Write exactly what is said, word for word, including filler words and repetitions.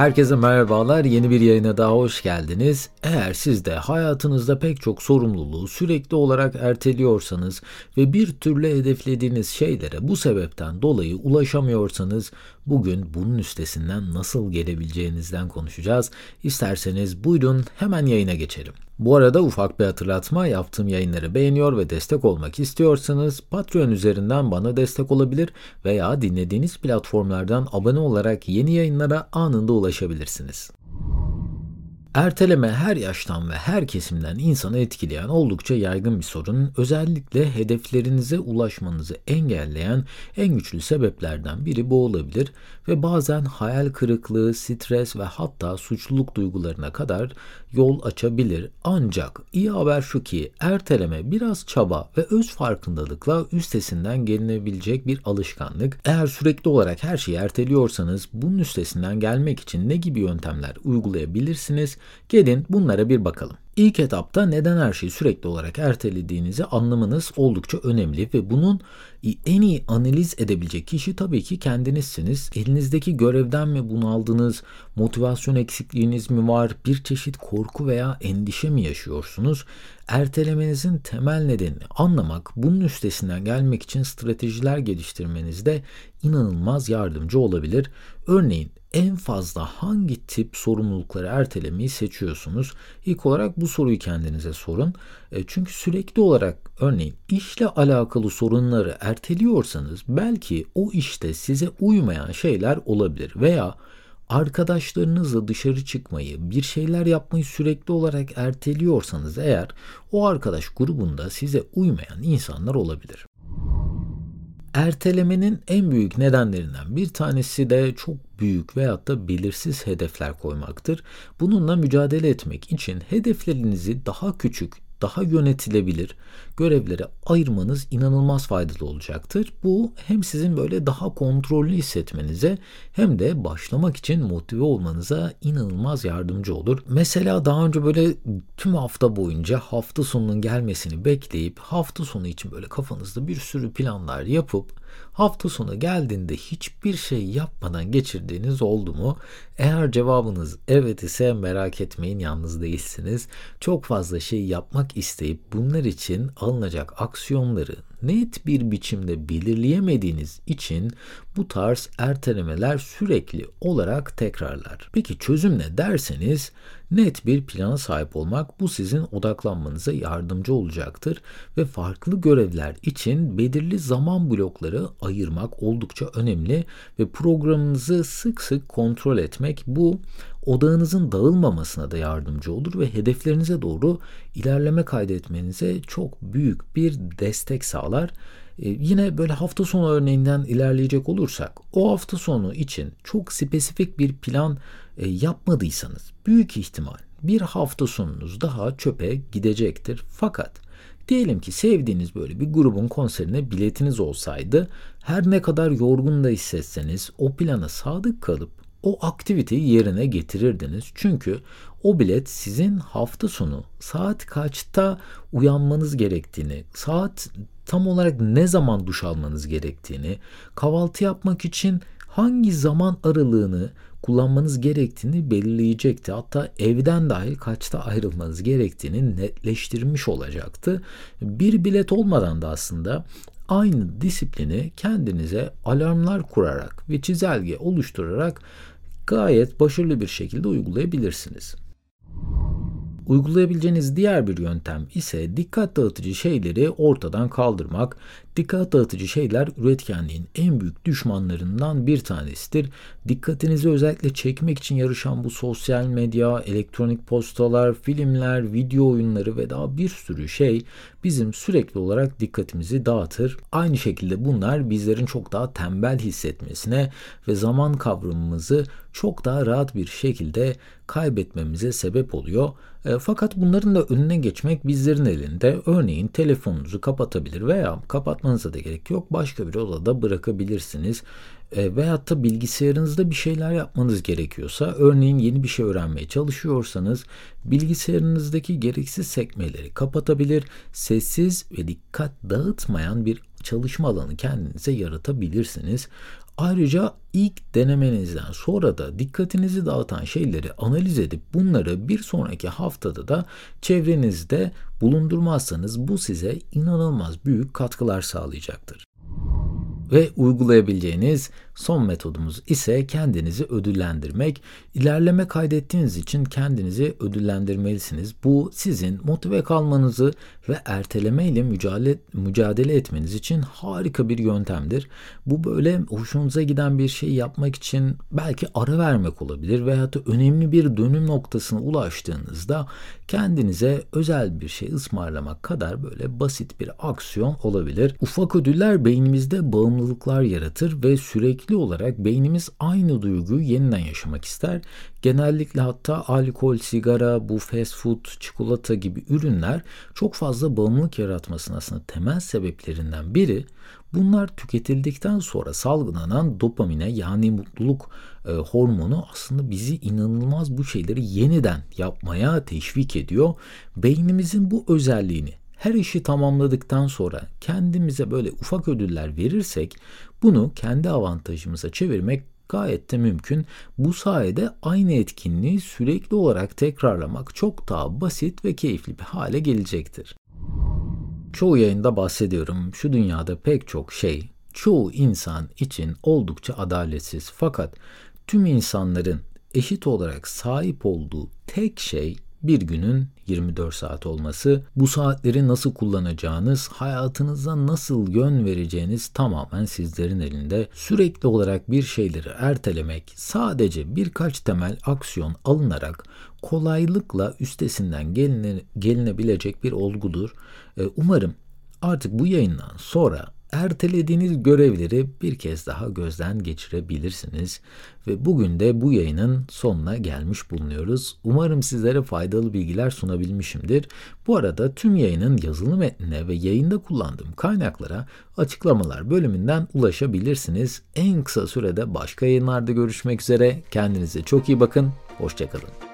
Herkese merhabalar, yeni bir yayına daha hoş geldiniz. Eğer siz de hayatınızda pek çok sorumluluğu sürekli olarak erteliyorsanız ve bir türlü hedeflediğiniz şeylere bu sebepten dolayı ulaşamıyorsanız, bugün bunun üstesinden nasıl gelebileceğinizden konuşacağız. İsterseniz buyurun hemen yayına geçelim. Bu arada ufak bir hatırlatma, yaptığım yayınları beğeniyor ve destek olmak istiyorsanız Patreon üzerinden bana destek olabilir veya dinlediğiniz platformlardan abone olarak yeni yayınlara anında ulaşabilirsiniz. Erteleme her yaştan ve her kesimden insanı etkileyen oldukça yaygın bir sorun. Özellikle hedeflerinize ulaşmanızı engelleyen en güçlü sebeplerden biri bu olabilir ve bazen hayal kırıklığı, stres ve hatta suçluluk duygularına kadar yol açabilir. Ancak iyi haber şu ki erteleme biraz çaba ve öz farkındalıkla üstesinden gelinebilecek bir alışkanlık. Eğer sürekli olarak her şeyi erteliyorsanız bunun üstesinden gelmek için ne gibi yöntemler uygulayabilirsiniz? Gelin bunlara bir bakalım. İlk etapta neden her şeyi sürekli olarak ertelediğinizi anlamanız oldukça önemli ve bunun en iyi analiz edebilecek kişi tabii ki kendinizsiniz. Elinizdeki görevden mi bunaldınız, motivasyon eksikliğiniz mi var, bir çeşit korku veya endişe mi yaşıyorsunuz? Ertelemenizin temel nedenini anlamak, bunun üstesinden gelmek için stratejiler geliştirmenizde inanılmaz yardımcı olabilir. Örneğin en fazla hangi tip sorumlulukları ertelemeyi seçiyorsunuz? İlk olarak bu soruyu kendinize sorun. E, çünkü sürekli olarak örneğin işle alakalı sorunları erteliyorsanız belki o işte size uymayan şeyler olabilir veya arkadaşlarınızla dışarı çıkmayı, bir şeyler yapmayı sürekli olarak erteliyorsanız eğer o arkadaş grubunda size uymayan insanlar olabilir. Ertelemenin en büyük nedenlerinden bir tanesi de çok büyük veyahut da belirsiz hedefler koymaktır. Bununla mücadele etmek için hedeflerinizi daha küçük, daha yönetilebilir görevlere ayırmanız inanılmaz faydalı olacaktır. Bu hem sizin böyle daha kontrollü hissetmenize hem de başlamak için motive olmanıza inanılmaz yardımcı olur. Mesela daha önce böyle tüm hafta boyunca hafta sonunun gelmesini bekleyip hafta sonu için böyle kafanızda bir sürü planlar yapıp hafta sonu geldiğinde hiçbir şey yapmadan geçirdiğiniz oldu mu? Eğer cevabınız evet ise merak etmeyin, yalnız değilsiniz. Çok fazla şey yapmak isteyip bunlar için alınacak aksiyonları net bir biçimde belirleyemediğiniz için bu tarz ertelemeler sürekli olarak tekrarlar. Peki çözüm ne derseniz, net bir plana sahip olmak bu sizin odaklanmanıza yardımcı olacaktır ve farklı görevler için belirli zaman blokları ayırmak oldukça önemli ve programınızı sık sık kontrol etmek bu odağınızın dağılmamasına da yardımcı olur ve hedeflerinize doğru ilerleme kaydetmenize çok büyük bir destek sağlar. Ee, yine böyle hafta sonu örneğinden ilerleyecek olursak, o hafta sonu için çok spesifik bir plan e, yapmadıysanız büyük ihtimal bir hafta sonunuz daha çöpe gidecektir. Fakat diyelim ki sevdiğiniz böyle bir grubun konserine biletiniz olsaydı, her ne kadar yorgun da hissetseniz o plana sadık kalıp o aktiviteyi yerine getirirdiniz. Çünkü o bilet sizin hafta sonu saat kaçta uyanmanız gerektiğini, saat tam olarak ne zaman duş almanız gerektiğini, kahvaltı yapmak için hangi zaman aralığını kullanmanız gerektiğini belirleyecekti. Hatta evden dahil kaçta ayrılmanız gerektiğini netleştirmiş olacaktı. Bir bilet olmadan da aslında aynı disiplini kendinize alarmlar kurarak ve çizelge oluşturarak gayet başarılı bir şekilde uygulayabilirsiniz. Uygulayabileceğiniz diğer bir yöntem ise dikkat dağıtıcı şeyleri ortadan kaldırmak. Dikkat dağıtıcı şeyler üretkenliğin en büyük düşmanlarından bir tanesidir. Dikkatinizi özellikle çekmek için yarışan bu sosyal medya, elektronik postalar, filmler, video oyunları ve daha bir sürü şey bizim sürekli olarak dikkatimizi dağıtır. Aynı şekilde bunlar bizlerin çok daha tembel hissetmesine ve zaman kavramımızı çok daha rahat bir şekilde kaybetmemize sebep oluyor. E, fakat bunların da önüne geçmek bizlerin elinde. Örneğin telefonunuzu kapatabilir veya kapatmanıza da gerek yok. Başka bir odada bırakabilirsiniz. E, veyahut da bilgisayarınızda bir şeyler yapmanız gerekiyorsa, örneğin yeni bir şey öğrenmeye çalışıyorsanız bilgisayarınızdaki gereksiz sekmeleri kapatabilir, sessiz ve dikkat dağıtmayan bir çalışma alanı kendinize yaratabilirsiniz. Ayrıca ilk denemenizden sonra da dikkatinizi dağıtan şeyleri analiz edip bunları bir sonraki haftada da çevrenizde bulundurmazsanız bu size inanılmaz büyük katkılar sağlayacaktır. Ve uygulayabileceğiniz son metodumuz ise kendinizi ödüllendirmek. İlerleme kaydettiğiniz için kendinizi ödüllendirmelisiniz. Bu sizin motive kalmanızı ve erteleme ile mücadele, mücadele etmeniz için harika bir yöntemdir. Bu böyle hoşunuza giden bir şey yapmak için belki ara vermek olabilir veya da önemli bir dönüm noktasına ulaştığınızda kendinize özel bir şey ısmarlamak kadar böyle basit bir aksiyon olabilir. Ufak ödüller beynimizde bağımlılıklar yaratır ve sürekli olarak beynimiz aynı duyguyu yeniden yaşamak ister. Genellikle hatta alkol, sigara, bu fast food, çikolata gibi ürünler çok fazla bağımlılık yaratmasının aslında temel sebeplerinden biri. Bunlar tüketildikten sonra salgılanan dopamine yani mutluluk e, hormonu aslında bizi inanılmaz bu şeyleri yeniden yapmaya teşvik ediyor. Beynimizin bu özelliğini her işi tamamladıktan sonra kendimize böyle ufak ödüller verirsek bunu kendi avantajımıza çevirmek gayet de mümkün. Bu sayede aynı etkinliği sürekli olarak tekrarlamak çok daha basit ve keyifli bir hale gelecektir. Çoğu yayında bahsediyorum. Şu dünyada pek çok şey, çoğu insan için oldukça adaletsiz. Fakat tüm insanların eşit olarak sahip olduğu tek şey bir günün yirmi dört saat olması. Bu saatleri nasıl kullanacağınız, hayatınıza nasıl yön vereceğiniz tamamen sizlerin elinde. Sürekli olarak bir şeyleri ertelemek, sadece birkaç temel aksiyon alınarak kolaylıkla üstesinden geline, gelinebilecek bir olgudur. Umarım artık bu yayından sonra ertelediğiniz görevleri bir kez daha gözden geçirebilirsiniz. Ve bugün de bu yayının sonuna gelmiş bulunuyoruz. Umarım sizlere faydalı bilgiler sunabilmişimdir. Bu arada tüm yayının yazılı metnine ve yayında kullandığım kaynaklara açıklamalar bölümünden ulaşabilirsiniz. En kısa sürede başka yayınlarda görüşmek üzere. Kendinize çok iyi bakın. Hoşça kalın.